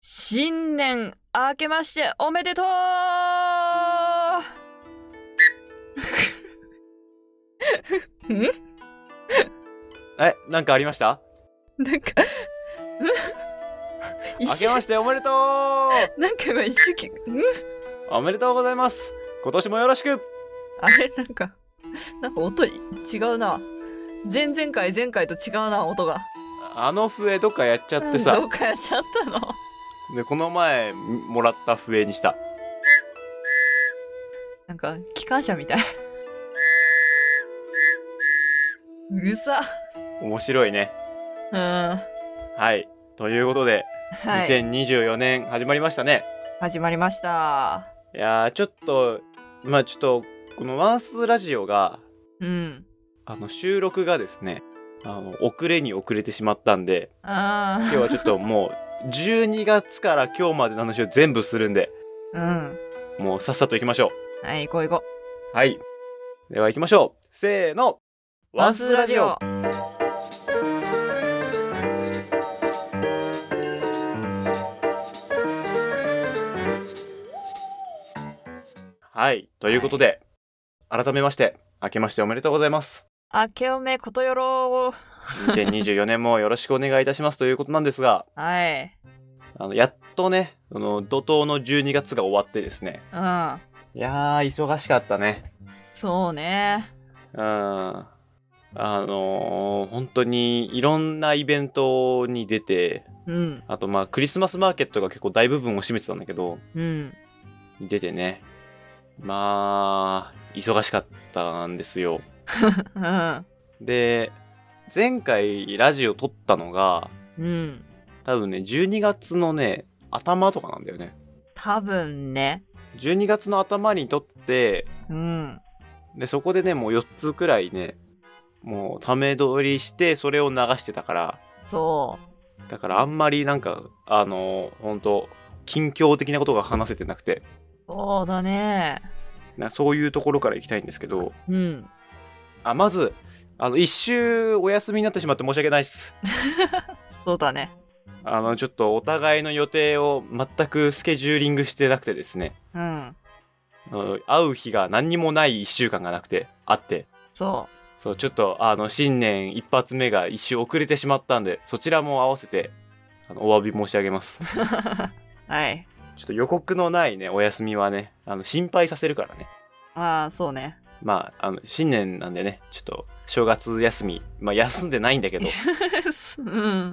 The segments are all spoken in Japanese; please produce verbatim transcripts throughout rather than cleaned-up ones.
新年明けましておめでとうんえ、なんかありました？ なんか明けましておめでとうなんか今一瞬んおめでとうございます。今年もよろしく。 あれなんかなんか音違うな。前々回前回と違うな音が。 あの笛どっかやっちゃってさ、 どっかやっちゃったの。 でこの前もらった笛にした。 なんか機関車みたい。うるさ。 面白いね。 うん。ははい、ということで、 い。 にせんにじゅうよねん始まりましたね。 始まりました。 いやーちょっとまあちょっとこのワンスラジオがうん。 あの収録がですね、あの遅れに遅れてしまったんで、 あ今日はちょっともうじゅうにがつから今日までの話を全部するんで、 あ。うん。 もうさっさと行きましょはい、行こう行こう。はい、では行きましょう。せーの、 う。 ワンスラジオ。はい、ということで、改めまして明けましておめでとうございます。 明けおめことよろー。 にせんにじゅうよねんもよろしくお願いいたしますということなんですが、 はい。 あのやっとね、あの怒涛のじゅうにがつが終わってですね、 うん。 いやー忙しかったね。 そうね。 うん、あのー、本当にいろんなイベントに出て、 うん。 あとまあクリスマスマーケットが結構大部分を占めてたんだけど、 うん。 出てね、まあ忙しかったんですよ。 うん。 で、前回ラジオ撮ったのがうん。 多分ねじゅうにがつのね頭とかなんだよね。 多分ね。 じゅうにがつの頭に撮って、 うん。 でそこでねもうよっつくらいねもうため撮りしてそれを流してたから、 そだからあんまりなんかあの本当近況的なことが話せてなくて、 う。そうだね。 なそういうところから行きたいんですけど、 うん。 あまずあの一周お休みになってしまって申し訳ないです。 そうだね。 あのちょっとお互いの予定を全くスケジューリングしてなくてですね、 うん。 あの会う日が何にもないいっしゅうかんがなくてあって、 そそうちょっとあの新年一発目が一周遅れてしまったんで、そちらも合わせてあのお詫び申し上げます。 う。はい。 ちょっと予告のないねお休みはねあの心配させるからね。 ああ、そうね。 まああの新年なんでね、ちょっと正月休みまあ休んでないんだけどうん。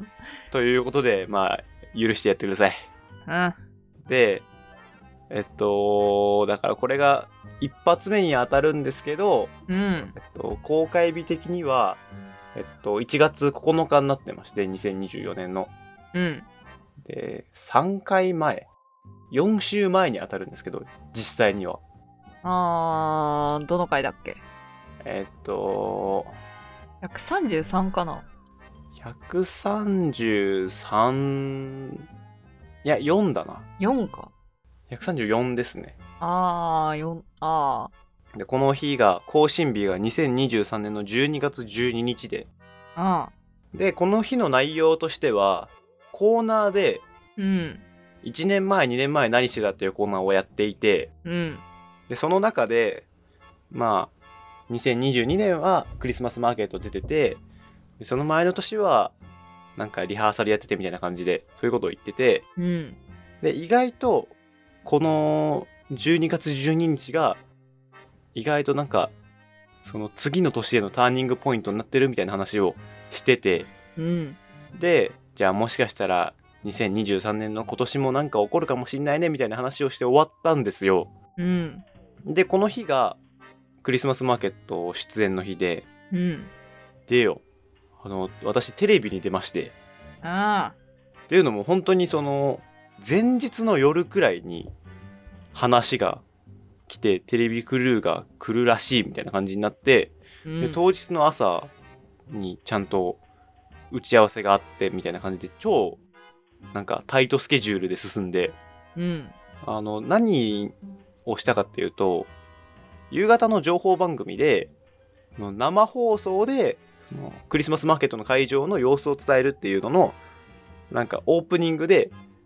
ということでまあ許してやってください。 うん。 でえっとだからこれが一発目に当たるんですけど、 うん。 えっと、公開日的には、えっと、いちがつここのかになってまして、にせんにじゅうよねんの。 うん。 で、さんかいまえ、よんしゅうまえに当たるんですけど、実際には。 あー、どの回だっけ？ えっと、 ひゃくさんじゅうさんかな？ ひゃくさんじゅうさん、いや、よんだな。 よんか。 ひゃくさんじゅうよんですね。 あー、よん、あで、この日が、更新日がにせんにじゅうさんねんのじゅうにがつじゅうににちで、 ー、あで、この日の内容としては、コーナーで、 ー。うん。 いちねんまえ、にねんまえ何してたっていうコーナーをやっていて、 うん。 で、その中で、まあ、にせんにじゅうにねんはクリスマスマーケット出てて、でその前の年は、なんかリハーサルやっててみたいな感じで、そういうことを言ってて、 うん。 で、意外と、このじゅうにがつじゅうににちが、意外となんか、その次の年へのターニングポイントになってるみたいな話をしてて、 うん。 で、じゃあもしかしたら、にせんにじゅうさんねんの今年もなんか起こるかもしんないねみたいな話をして終わったんですよ。 うん。 で、この日が、クリスマスマーケット出演の日で、 うん。 でよ、あの、私テレビに出まして、 あっていうのも本当にその、前日の夜くらいに話が来て、テレビクルーが来るらしいみたいな感じになって、 ー。うん。 で当日の朝にちゃんと打ち合わせがあってみたいな感じで、超なんかタイトスケジュールで進んで、 うん。 あの、何をしたかっていうと、夕方の情報番組で、生放送で、クリスマスマーケットの会場の様子を伝えるっていうのの、なんかオープニングで、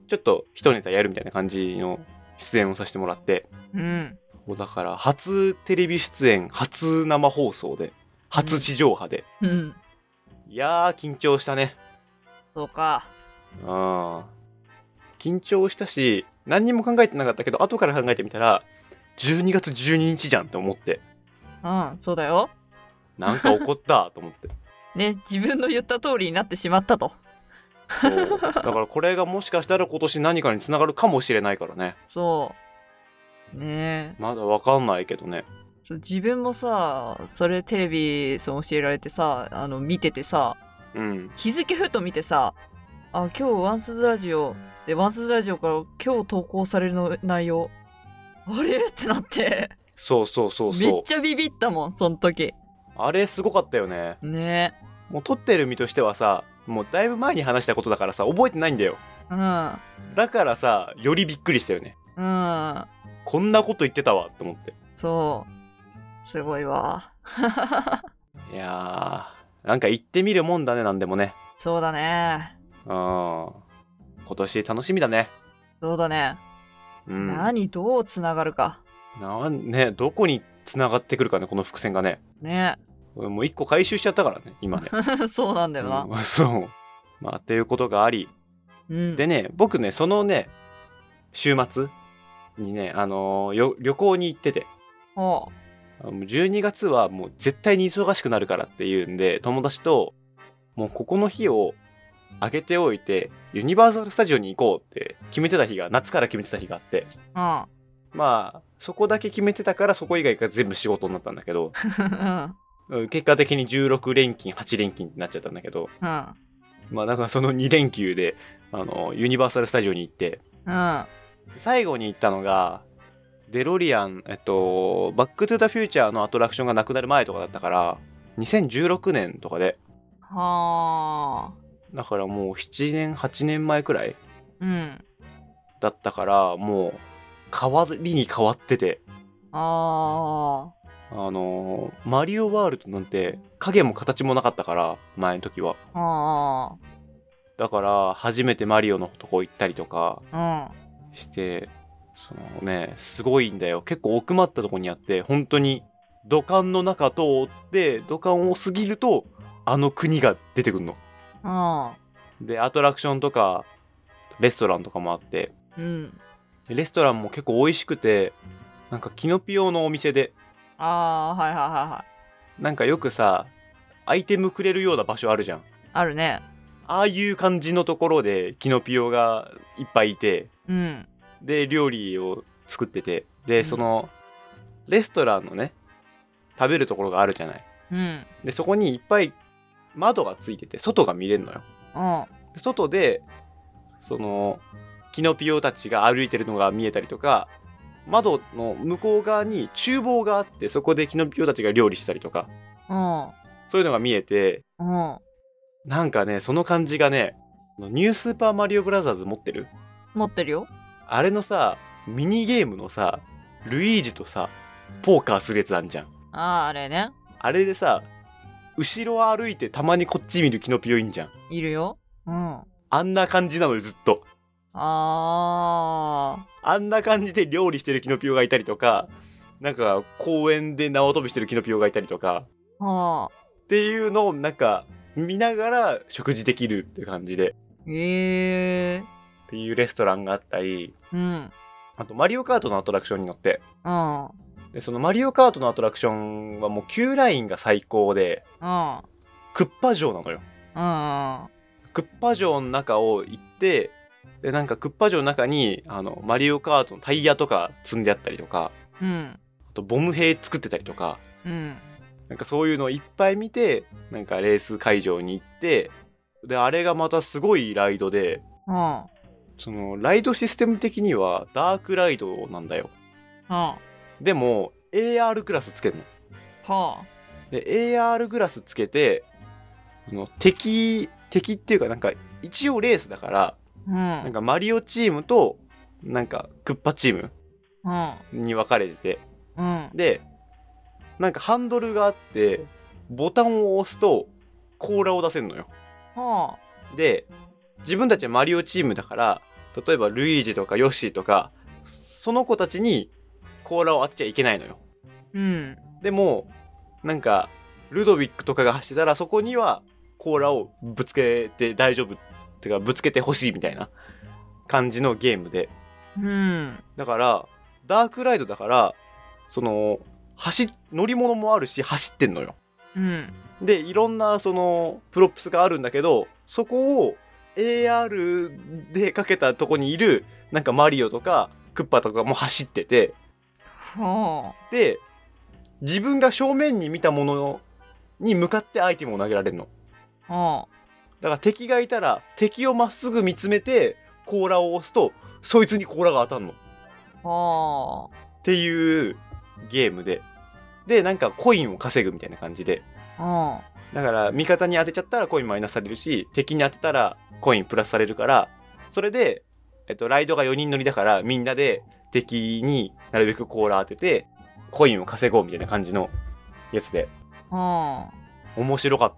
ちょっと一ネタやるみたいな感じの出演をさせてもらって、 うんもうだから初テレビ出演、初生放送で、初地上波で、 うんいやー緊張したね。 そうか。 あ緊張したし、何にも考えてなかったけど、後から考えてみたらじゅうにがつじゅうににちじゃんって思って、 うんそうだよ。 なんか起こったと思ってね、自分の言った通りになってしまったと。 そうだからこれがもしかしたら今年何かにつながるかもしれないからね。 そうねえ、 まだわかんないけどね。 そう自分もさ、それテレビそう教えられてさ、あの見ててさ、 うん日付ふと見てさ、あ、今日ワンスズラジオで、ワンスズラジオから今日投稿されるの内容、あれってなって、 そうそうそうめっそう、 ちゃビビったもん、その時。 あれすごかったよね。 ねもう撮ってる身としてはさ、もうだいぶ前に話したことだからさ、覚えてないんだよ。 うん。 だからさ、よりびっくりしたよね。 うん。 こんなこと言ってたわって思って。 そう。すごいわ。 いやー、なんか言ってみるもんだね、なんでもね。 そうだね。 うん。今年楽しみだね。 そうだね。 うん。 何どうつながるか。 なんね、どこに繋がってくるかね、この伏線がね。 ね。 もう一個回収しちゃったからね、今ね。 そうなんだよな。 うん、そう。まあ、っていうことがあり。 うん。 でね、僕ね、そのね、週末にね、あのーよ旅行に行ってて。 ほあのじゅうにがつはもう絶対に忙しくなるからっていうんで、友達と、もうここの日を空けておいて、ユニバーサル・スタジオに行こうって決めてた日が、夏から決めてた日があって。 う。うん。 まあ、そこだけ決めてたから、そこ以外が全部仕事になったんだけど、 うん。 うん結果的にじゅうろくれんきん、はちれんきんになっちゃったんだけど、 うん。 まあだからそのにれんきゅうで、あの、ユニバーサル・スタジオに行って、 うん。 最後に行ったのが、デロリアン、えっと、バック・トゥ・ザ・フューチャーのアトラクションがなくなる前とかだったから、にせんじゅうろくねんとかで、 はあ。 だからもうななねん、はちねんまえくらいうん。 だったから、もう、変わりに変わってて、 ああのーマリオワールドなんて影も形もなかったから、前の時は。 あ。あだから初めてマリオのとこ行ったりとかあ。 して、そのね、すごいんだよ。結構奥まったとこにあって、本当に土管の中通って土管を過ぎるとあの国が出てくるの。 うん。ああ。 でアトラクションとかレストランとかもあって、 うん。 レストランも結構美味しくて、なんかキノピオのお店で、 ああ、はいはいはいはい。 なんかよくさアイテムくれるような場所あるじゃん。 あるね。 ああいう感じのところでキノピオがいっぱいいて、 うん。 で料理を作ってて、で、 うん、 そのレストランのね食べるところがあるじゃない。 うん。 でそこにいっぱい窓がついてて外が見れるのよ。 うん。 で外でそのキノピオたちが歩いてるのが見えたりとか、窓の向こう側に厨房があって、そこでキノピオたちが料理したりとか、 うん。 そういうのが見えて、 うん。 なんかねその感じがね、ニュースーパーマリオブラザーズ持ってる？ 持ってるよ。 あれのさミニゲームのさルイージとさポーカーするやつあんじゃん。 ああ、あれね。 あれでさ後ろ歩いてたまにこっち見るキノピオいんじゃん。 いるよ。うん。 あんな感じなのよずっと。 ああ。 あんな感じで料理してるキノピオがいたりとか、なんか公園で縄跳びしてるキノピオがいたりとかはあ。 っていうのをなんか見ながら食事できるって感じで、 へえ。 っていうレストランがあったり、 うん。 あとマリオカートのアトラクションに乗って、 うん。 でそのマリオカートのアトラクションはもう Q ラインが最高で、 うん。 クッパ城なのよ。 うん。 クッパ城の中を行って、でなんかクッパ城の中にあのマリオカートのタイヤとか積んであったりとか、 うん。 あとボム兵作ってたりとか、 うん。 なんかそういうのをいっぱい見て、なんかレース会場に行って、であれがまたすごいライドで、 うん。 そのライドシステム的にはダークライドなんだよ。 はでも エーアール グラスつけるの。 あ。はあ。 で エーアール グラスつけて、その敵敵っていうかなんか一応レースだから、 うん。 なんかマリオチームとなんかクッパチームうん。 に分かれてて、 うん。 でなんかハンドルがあってボタンを押すとコーラを出せるのよ。 はで自分たちはマリオチームだから例えばルイージとかヨッシーとかその子たちに甲羅を当てちゃいけないのよ。 うんでもなんかルドビックとかが走ってたらそこには甲羅をぶつけて大丈夫ってかぶつけてほしいみたいな感じのゲームで、 うんだからダークライドだからその走乗り物もあるし走ってんのよ。 うんでいろんなそのプロップスがあるんだけどそこを エーアール でかけたとこにいるなんかマリオとかクッパとかも走ってて、 はで自分が正面に見たものに向かってアイテムを投げられるの。 あはだから敵がいたら敵をまっすぐ見つめて甲羅を押すとそいつに甲羅が当たるのっあはていうゲームで、でなんかコインを稼ぐみたいな感じで、 あだから味方に当てちゃったらコインマイナスされるし敵に当てたらコインプラスされるから、それで、えっと、ライドがよにん乗りだからみんなで敵になるべく甲羅当ててコインを稼ごうみたいな感じのやつでは面白かった。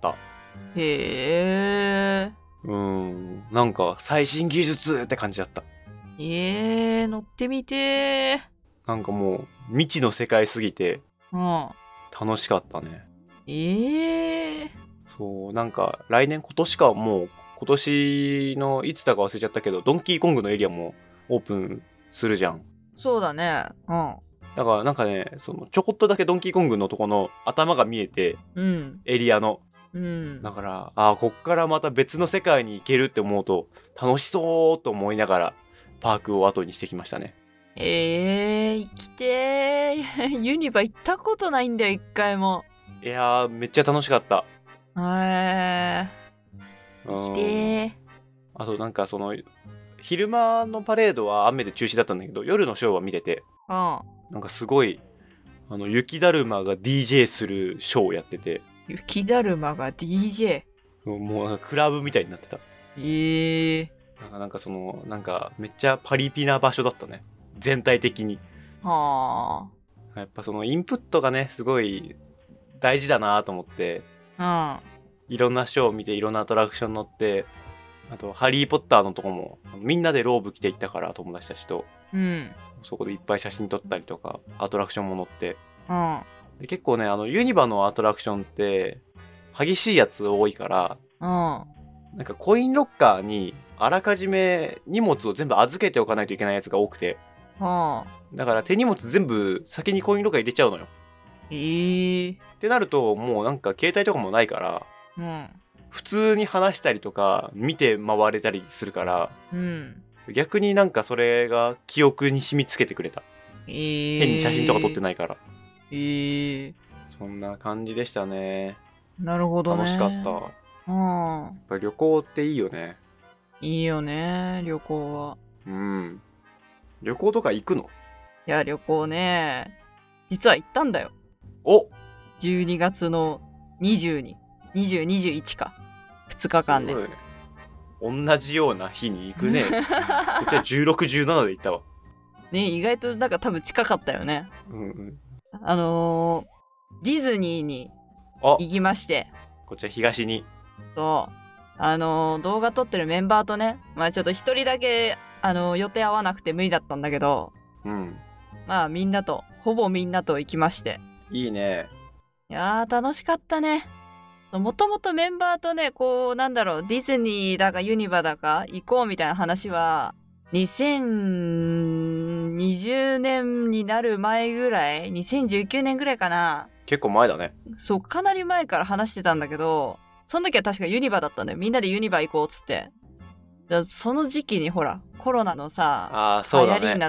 へえうーんなんか最新技術って感じだった。 えー、乗ってみてなんかもう未知の世界すぎてー。 楽しかったね。 うん。えー。 そうなんか来年今年かもう今年のいつだか忘れちゃったけどドンキーコングのエリアもオープンするじゃん。 そうだね。うん。 だからなんかねそのちょこっとだけドンキーコングのとこの頭が見えてうん。 エリアのうん。 だからあーこっからまた別の世界に行けるって思うと楽しそうと思いながらパークを後にしてきましたね。 えー、行きてー。ユニバ行ったことないんだよ、一回も。 いやーめっちゃ楽しかった。 えー。 うん行きてあとなんかその昼間のパレードは雨で中止だったんだけど夜のショーは見れて、 ー。うん。 なんかすごいあの雪だるまが ディージェー するショーをやってて、 雪だるまが ディージェー。 もうなんかクラブみたいになってた。 えー。 なんかなんかそのなんかめっちゃパリピな場所だったね全体的に。 はやっぱそのインプットがねすごい大事だなと思って、 あ。 いろんなショーを見ていろんなアトラクション乗って、あとハリーポッターのとこもみんなでローブ着て行ったから友達たちとうん。うん。 そこでいっぱい写真撮ったりとかアトラクションも乗って、 うん。 で結構ねあのユニバのアトラクションって激しいやつ多いからうん。 なんかコインロッカーにあらかじめ荷物を全部預けておかないといけないやつが多くて、 はあ。 だから手荷物全部先にコインロッカー入れちゃうのよ。 えー。 ってなるともうなんか携帯とかもないからうん。 普通に話したりとか見て回れたりするからうん。 逆になんかそれが記憶に染みつけてくれた。 えー。 変に写真とか撮ってないから。 えー。 そんな感じでしたね。 なるほどね。 楽しかった。やっうん。 ぱり旅行っていいよね。 いいよね、旅行は。 うん。旅行とか行くの？ いや、旅行ね、実は行ったんだよ。 おじゅうにがつのにじゅうに、にじゅう、にじゅういちか。ふつかかんで。 すごいね。同じような日に行くね。こっちはじゅうろく、じゅうななで行ったわ。 ね、意外となんか多分近かったよね。 うんうん。 あのー、ディズニーにあ行きまして。 こっちは東に。 そう。あのー、動画撮ってるメンバーとね、まあちょっと一人だけ、あのー、予定合わなくて無理だったんだけど、 うん。 まあみんなと、ほぼみんなと行きまして。 いいね。 いやー、楽しかったね。もともとメンバーとね、こう、なんだろう、ディズニーだかユニバだか行こうみたいな話は、にせんにじゅうねんになる前ぐらい ?にせんじゅうきゅうねんぐらいかな。 結構前だね。 そう、かなり前から話してたんだけど、その時は確かユニバだったんだよ。みんなでユニバ行こうっつって。だその時期にほら、コロナのさ、 ああ、そうだね。 流行りになって、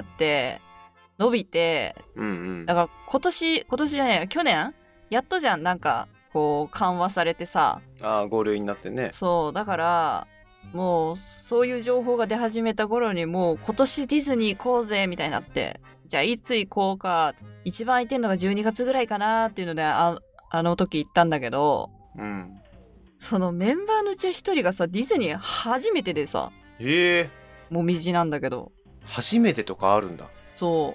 伸びて、 うんうん。 だから今年、今年じゃねえよ、去年やっとじゃん、なんか、こう、緩和されてさ。 ああ、合流になってね。 そう、だから、もう、そういう情報が出始めた頃に、もう、今年ディズニー行こうぜ、みたいになって、じゃあ、いつ行こうか、一番空いてんのがじゅうにがつぐらいかな、っていうので、あ、あの時行ったんだけど、 うん。 そのメンバーのうち一人がさ、ディズニー初めてでさ、 ええー、 もみじなんだけど。 初めてとかあるんだ。 そう。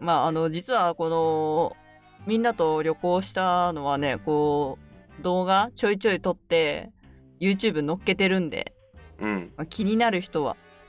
まあ、あの、実はこの、みんなと旅行したのはね、こう、動画ちょいちょい撮って、YouTube 載っけてるんで、 うん。 まあ、気になる人は、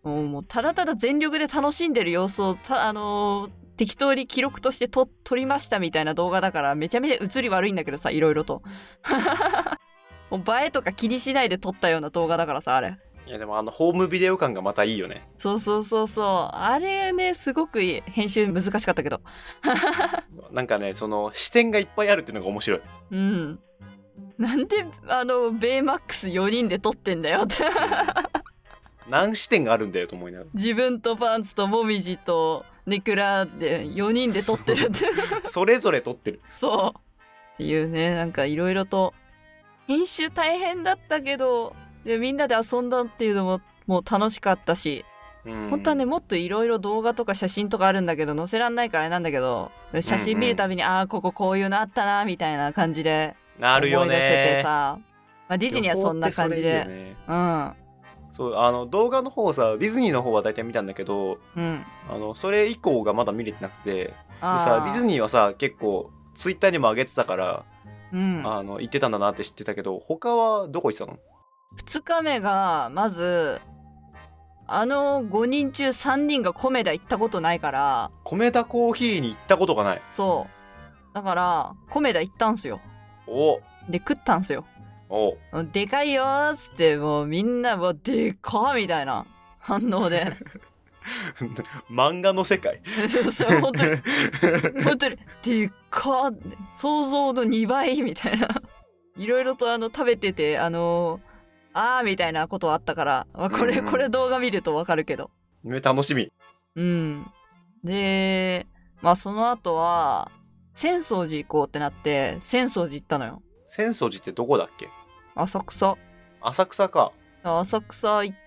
もうもうただただ全力で楽しんでる様子をた、あのー適当に記録として撮撮りましたみたいな動画だからめちゃめちゃ映り悪いんだけどさ、いろいろともう映えとか気にしないで撮ったような動画だからさ、あれ。 いやでもあのホームビデオ感がまたいいよね。 そうそうそうそう、あれねすごくいい。編集難しかったけどなんかね、その視点がいっぱいあるっていうのが面白い。 うん、なんであのベイマックスよにんで撮ってんだよって何視点があるんだよと思いながら。 自分とパンツともみじとネクラでよにんで撮ってるってそれぞれ撮ってる。 そうっていうね、なんかいろいろと編集大変だったけど、でみんなで遊んだっていうのももう楽しかったし、 うん本当はねもっといろいろ動画とか写真とかあるんだけど載せらんないからあれなんだけど、写真見るたびに、うんうん、ああこここういうのあったなみたいな感じでなるよね思い出せてさ、まあ、ディズニーはそんな感じで、 ね、 うんそうあの動画の方さ、ディズニーの方は大体見たんだけど、 うん、 あのそれ以降がまだ見れてなくて、でさディズニーはさ結構ツイッターにも上げてたから、うん、あの行ってたんだなって知ってたけど、他はどこ行ってたの？ ふつかめがまずあのごにん中さんにんがコメダ行ったことないから、 コメダコーヒーに行ったことがない。 そうだからコメダ行ったんすよ。 おで食ったんすよ。 おでかいよーっつって、もうみんなもうでかーみたいな反応で漫画の世界そう本当に本当にでかーって想像のにばいみたいないろいろとあの食べてて、あのー、あーみたいなことあったから、まあ、これ、うん、これ動画見るとわかるけど、 ね、楽しみ。うんでまあその後は浅草寺行こうってなって浅草寺行ったのよ。 浅草寺ってどこだっけ？ 浅草。 浅草か。 浅草行って、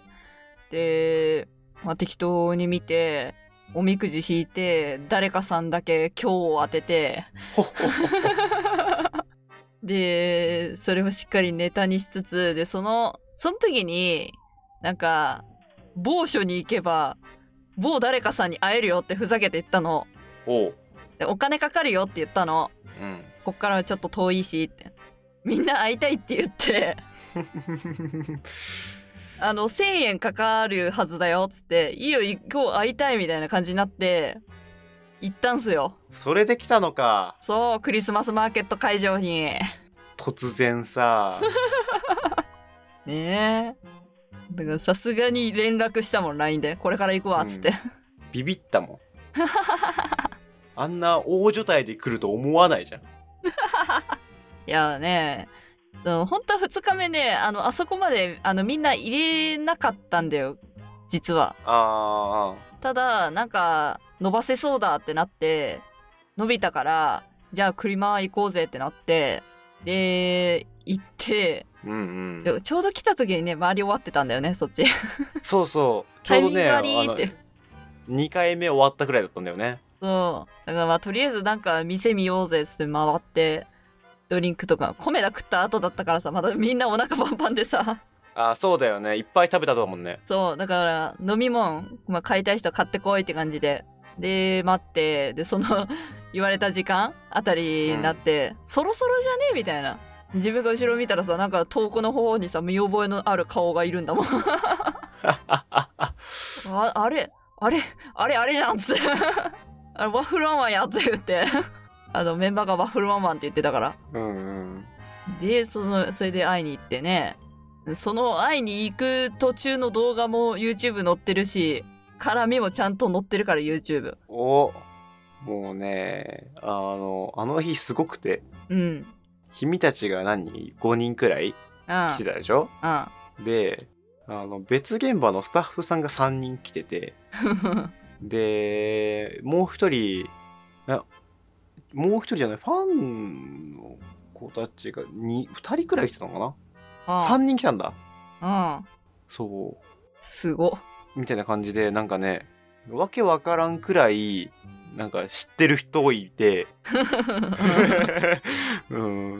で、まあ、適当に見ておみくじ引いて誰かさんだけ今日を当ててでそれをしっかりネタにしつつ、でそのその時になんか某所に行けば某誰かさんに会えるよってふざけて言ったの。 おう。 でお金かかるよって言ったの、うん、こっからはちょっと遠いしって、みんな会いたいって言ってあのせんえんかかるはずだよっつって、いいよ行こう会いたいみたいな感じになって行ったんすよ。 それで来たのか。 そう、クリスマスマーケット会場に突然さねえ、だからさすがに連絡したもん ライン でこれから行くわっつって、うん、 ビビったもんあんな大所帯で来ると思わないじゃんいやね、本当はふつかめね、あのあそこまであのみんな入れなかったんだよ実は。あただなんか伸ばせそうだってなって伸びたから、じゃあ車行こうぜってなって、で行って、うんうん、ちょ、ちょうど来た時にね周り終わってたんだよねそっちそうそうちょうどねあのにかいめ終わったくらいだったんだよね。 そうだからまあとりあえずなんか店見ようぜっつって回ってドリンクとか米田食った後だったからさ、まだみんなお腹パンパンでさあそうだよね、いっぱい食べたと思うもんね。 そうだから飲み物、まあ、買いたい人は買ってこいって感じで、で待って、でその言われた時間あたりになって、うん、そろそろじゃねえみたいな、自分が後ろ見たらさ、なんか遠くの方にさ見覚えのある顔がいるんだもんあ, あれあれあれあれじゃんっつってあれワッフルワンワンやって言ってあのメンバーがワッフルワンワンって言ってたから、うんうん、でそのそれで会いに行ってね、その会いに行く途中の動画も YouTube 載ってるし、絡みもちゃんと載ってるから YouTube。 おもうね、あのあの日すごくて、うん、君たちが何ごにんくらい来てたでしょ、うん、であの別現場のスタッフさんがさんにん来ててでもう一人もう一人じゃないファンの子たちがにふたりくらい来てたのかな、ああさんにん来たんだ。ああそうすごみたいな感じで、なんかねわけわからんくらいなんか知ってる人いて、うん、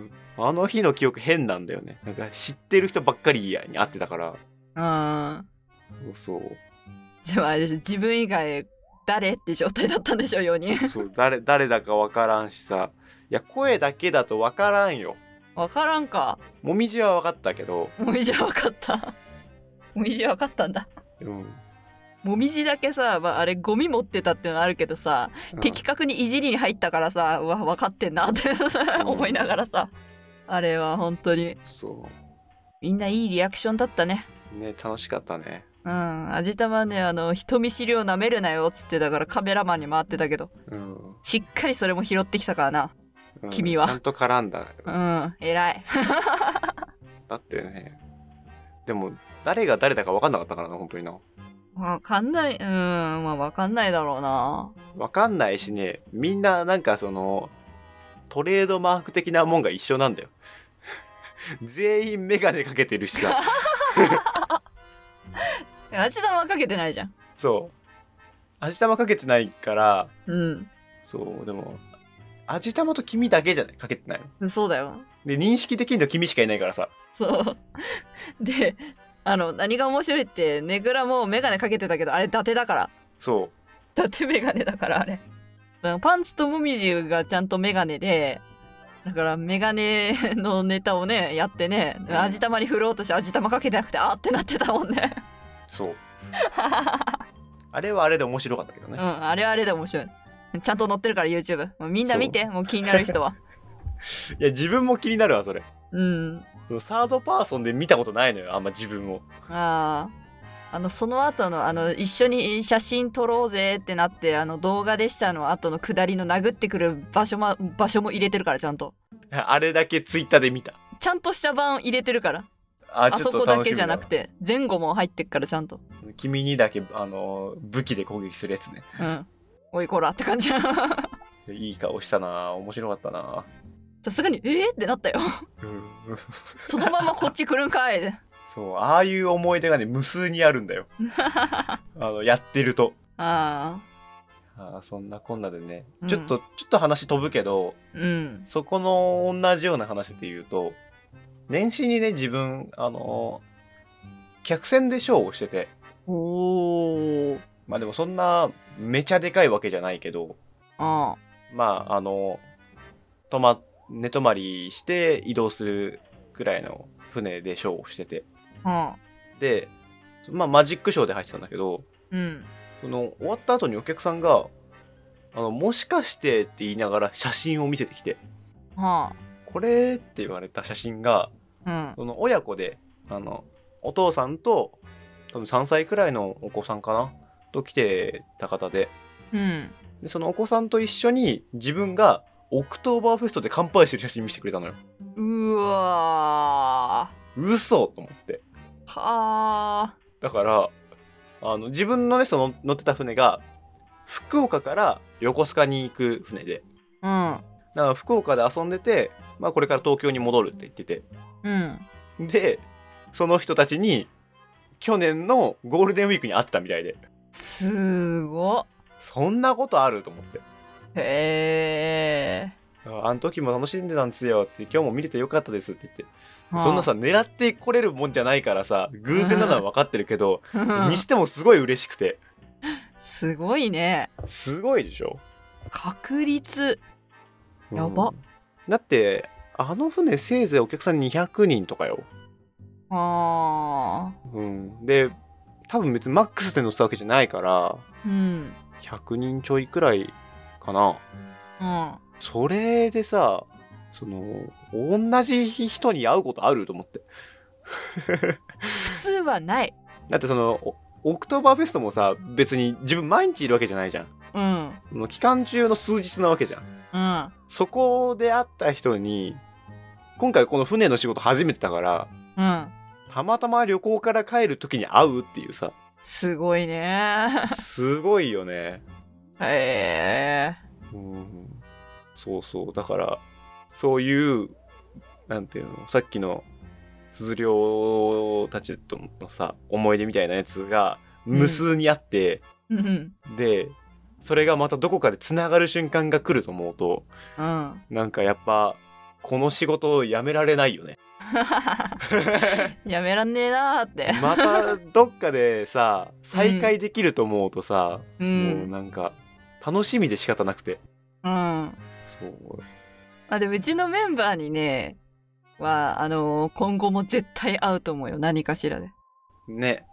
あの日の記憶変なんだよね。なんか知ってる人ばっかりに会ってたから。あそうそう。 じゃああれでしょ、自分以外誰って状態だったんでしょよにんそう誰誰だかわからんしさ、いや声だけだとわからんよ。 わからんか。 もみじはわかったけど。 もみじはわかったもみじはわかったんだ。 うん。 もみじだけさ、まあ、あれゴミ持ってたってのはあるけどさ、 うん的確にいじりに入ったからさ、うわ、分かってんなって思いながらさ、あれは本当に、 そみんないいリアクションだったね。 う。ね、楽しかったね。 うん、味玉ね、あの、人見知りを舐めるなよっつってだからカメラマンに回ってたけど、 うん。 しっかりそれも拾ってきたからな。 うん君はちゃんと絡んだ。 うん、偉い。 だってね。でも、誰が誰だか分かんなかったからな、本当にな。 わかんない、うん、まあわかんないだろうな。 分かんないしね、みんななんかその、トレードマーク的なもんが一緒なんだよ。全員メガネかけてるしさ。 味玉かけてないじゃん。 そう。味玉かけてないから、 うん。 そう、でも、味玉と君だけじゃないかけてないの。 そうだよ。 で、認識できるの君しかいないからさ。 そう。で、あの、何が面白いって、ネグラもメガネかけてたけど、あれ伊達だから。 そ伊達メガネだから、あれ。パンツともみじがちゃんとメガネで、だからメガネのネタをね、やってね、 うん味玉に振ろうとして味玉かけてなくて、あーってなってたもんね。 う。そう。あれはあれで面白かったけどね。 うん、あれはあれで面白い。ちゃんと載ってるから YouTube。もうみんな見て、もう気になる人は。 いや、自分も気になるわ、それ。 うん。 サードパーソンで見たことないのよ、あんま自分を。 ああ。あの、その後の、あの、一緒に写真撮ろうぜってなって、あの、動画でしたの後の下りの殴ってくる場所も、場所も入れてるから、ちゃんと。 あれだけツイッターで見た。 ちゃんとした版入れてるから。 あ、 あちょっそこだけと楽しみだじゃなくて、前後も入ってっから、ちゃんと。 君にだけ、あの、武器で攻撃するやつね。 うん。おいこらって感じ。 いい顔したな面白かったなさすがに、えーってなったよ。 うんそのままこっち来るんかい。 そう、ああいう思い出がね、無数にあるんだよ。あの、やってると。 ああーそんなこんなでね、 うんちょっと、ちょっと話飛ぶけど、 あ。うん。 そこの同じような話で言うと、年始にね、自分、あの客船でショーをしてて、 おー。 まあでもそんな、めちゃでかいわけじゃないけど、 あまあ、あの、泊ま、寝泊まりして移動するくらいの船でショーをしてて、 あ。あで、まあマジックショーで入ってたんだけど、 うん。 その終わった後にお客さんが、あの、もしかしてって言いながら写真を見せてきて、 はこれって言われた写真が、 あ。うん。 その親子で、あの、お父さんと、多分さんさいくらいのお子さんかなと来てた方で、 うん。 で、そのお子さんと一緒に自分がオクトーバーフェストで乾杯してる写真見せてくれたのよ。 うわ嘘と思って。 ー。はあ。 だから、あの、自分のね、その乗ってた船が、福岡から横須賀に行く船で、 うん。 だから福岡で遊んでて、まあこれから東京に戻るって言ってて。 うん。 で、その人たちに、去年のゴールデンウィークに会ってたみたいで、 すごっ。 そんなことあると思って。 へえ。 ああの時も楽しんでたんですよって、今日も見れてよかったですって言って。そんなさ、狙ってこれるもんじゃないからさ、偶然なのは分かってるけど、にしてもすごい嬉しくて。 すごいね。 すごいでしょ？ 確率。やばうんだって、あの船せいぜいお客さんにひゃくにんとかよ。 あうん。で、多分別にマックスで乗ってたわけじゃないから、 ー。うん。 ひゃくにんちょいくらいかな。 うん。 それでさ、その、同じ人に会うことあると思って。 普通はない。 だってその、おオクトーバーフェストもさ、別に自分毎日いるわけじゃないじゃん。 うん。 その期間中の数日なわけじゃん。 うん。 そこで会った人に、今回この船の仕事初めてだから、 うん。 たまたま旅行から帰る時に会うっていうさ、 すごいね。 すごいよね。 へえ。 うん。そうそう。だから、そういう、なんていうの、さっきの、鈴涼たちとのさ、思い出みたいなやつが無数にあって、 うん。 で、それがまたどこかで繋がる瞬間が来ると思うと、 うん。 なんかやっぱ、この仕事をやめられないよね。 やめらんねえなーって。 またどっかでさ、再会できると思うとさ、 う。 もうんなんか、楽しみで仕方なくて。 うん。 そう。 あ、でもうちのメンバーにね、は、あのー今後も絶対会うと思うよ。何かしらで。 ね。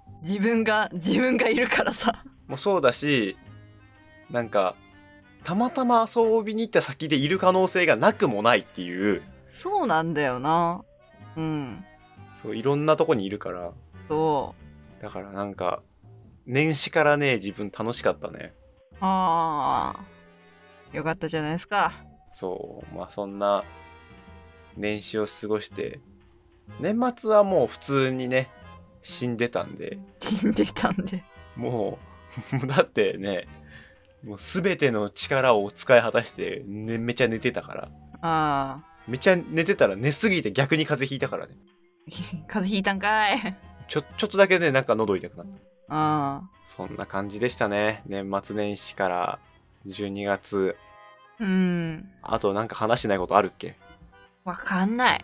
自分が自分がいるからさ。 もうそうだし、なんかたまたま遊びに行った先でいる可能性がなくもないっていう。 そうなんだよな。うん。 そう、いろんなとこにいるから。 そだからなんか年始からね、自分楽しかったね。 う。ああ、よかったじゃないですか。 そう、まあそんな年始を過ごして、年末はもう普通にね死んでたんで。 死んでたんで。 もうだってね、もう全ての力を使い果たして、ね、めちゃ寝てたから。 ああ。 めちゃ寝てたら寝すぎて逆に風邪ひいたからね。 風邪ひいたんかい。 ちょ、ちょっとだけね、なんか喉痛くなった。 ああ。 そんな感じでしたね。年末年始からじゅうにがつ。 うん。 あとなんか話してないことあるっけ？ わかんない。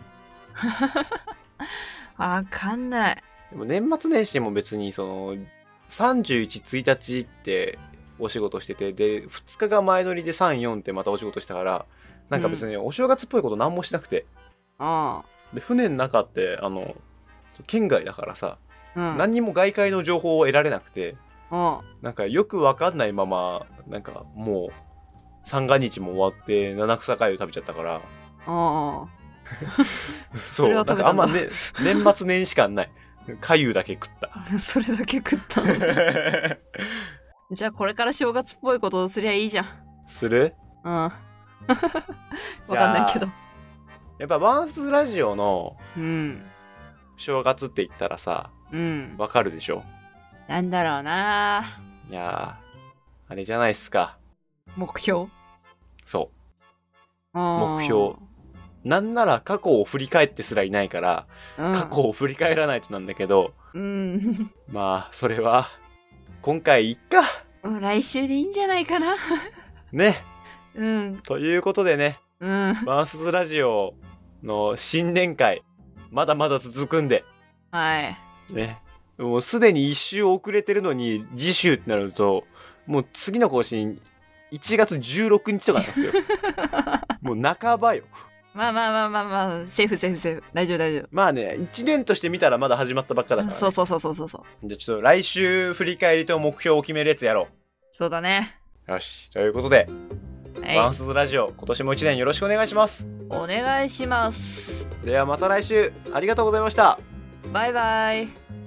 わかんない。 でも年末年始も別にその、さんじゅういち、ついたちってお仕事してて、で、ふつかが前乗りでさん、よんってまたお仕事したから、なんか別にお正月っぽいこと何もしなくて。 ああ。 で、船の中って、あの、県外だからさ、 うん、 何にも外界の情報を得られなくて、 ああ。 なんかよくわかんないまま、なんかもう、三が日も終わって七草粥食べちゃったから。 ああ。 そう、なんかあんまね、年末年始感ない。粥だけ食った。 それだけ食ったの。じゃあこれから正月っぽいことをすりゃいいじゃん。 する？ うん。わかんないけど。 やっぱワンスラジオの正月って言ったらさ、 うん。 わかるでしょ？ なんだろうな。 いやー、あれじゃないっすか。 目標？ そう。目標。なんなら過去を振り返ってすらいないから、うん、過去を振り返らないとなんだけど、 うん、 まあそれは今回いっか。 来週でいいんじゃないかな。 ね。 うん。 ということでね、 うん、 ワンスズラジオの新年会まだまだ続くんで、 はい。 ね。もうすでに一週遅れてるのに次週ってなると、もう次の更新いちがつじゅうろくにちとかなんですよ。もう半ばよ。 まあまあまあまあまあ、セーフセーフセーフ。大丈夫大丈夫。 まあね、いちねんとして見たらまだ始まったばっかだから、ね。 そうそうそうそうそう。 じゃあちょっと来週振り返りと目標を決めるやつやろう。 そうだね。 よし、ということで、はい、ワンスズラジオ今年もいちねんよろしくお願いします。 お願いします。 ではまた来週ありがとうございました。 バイバイ。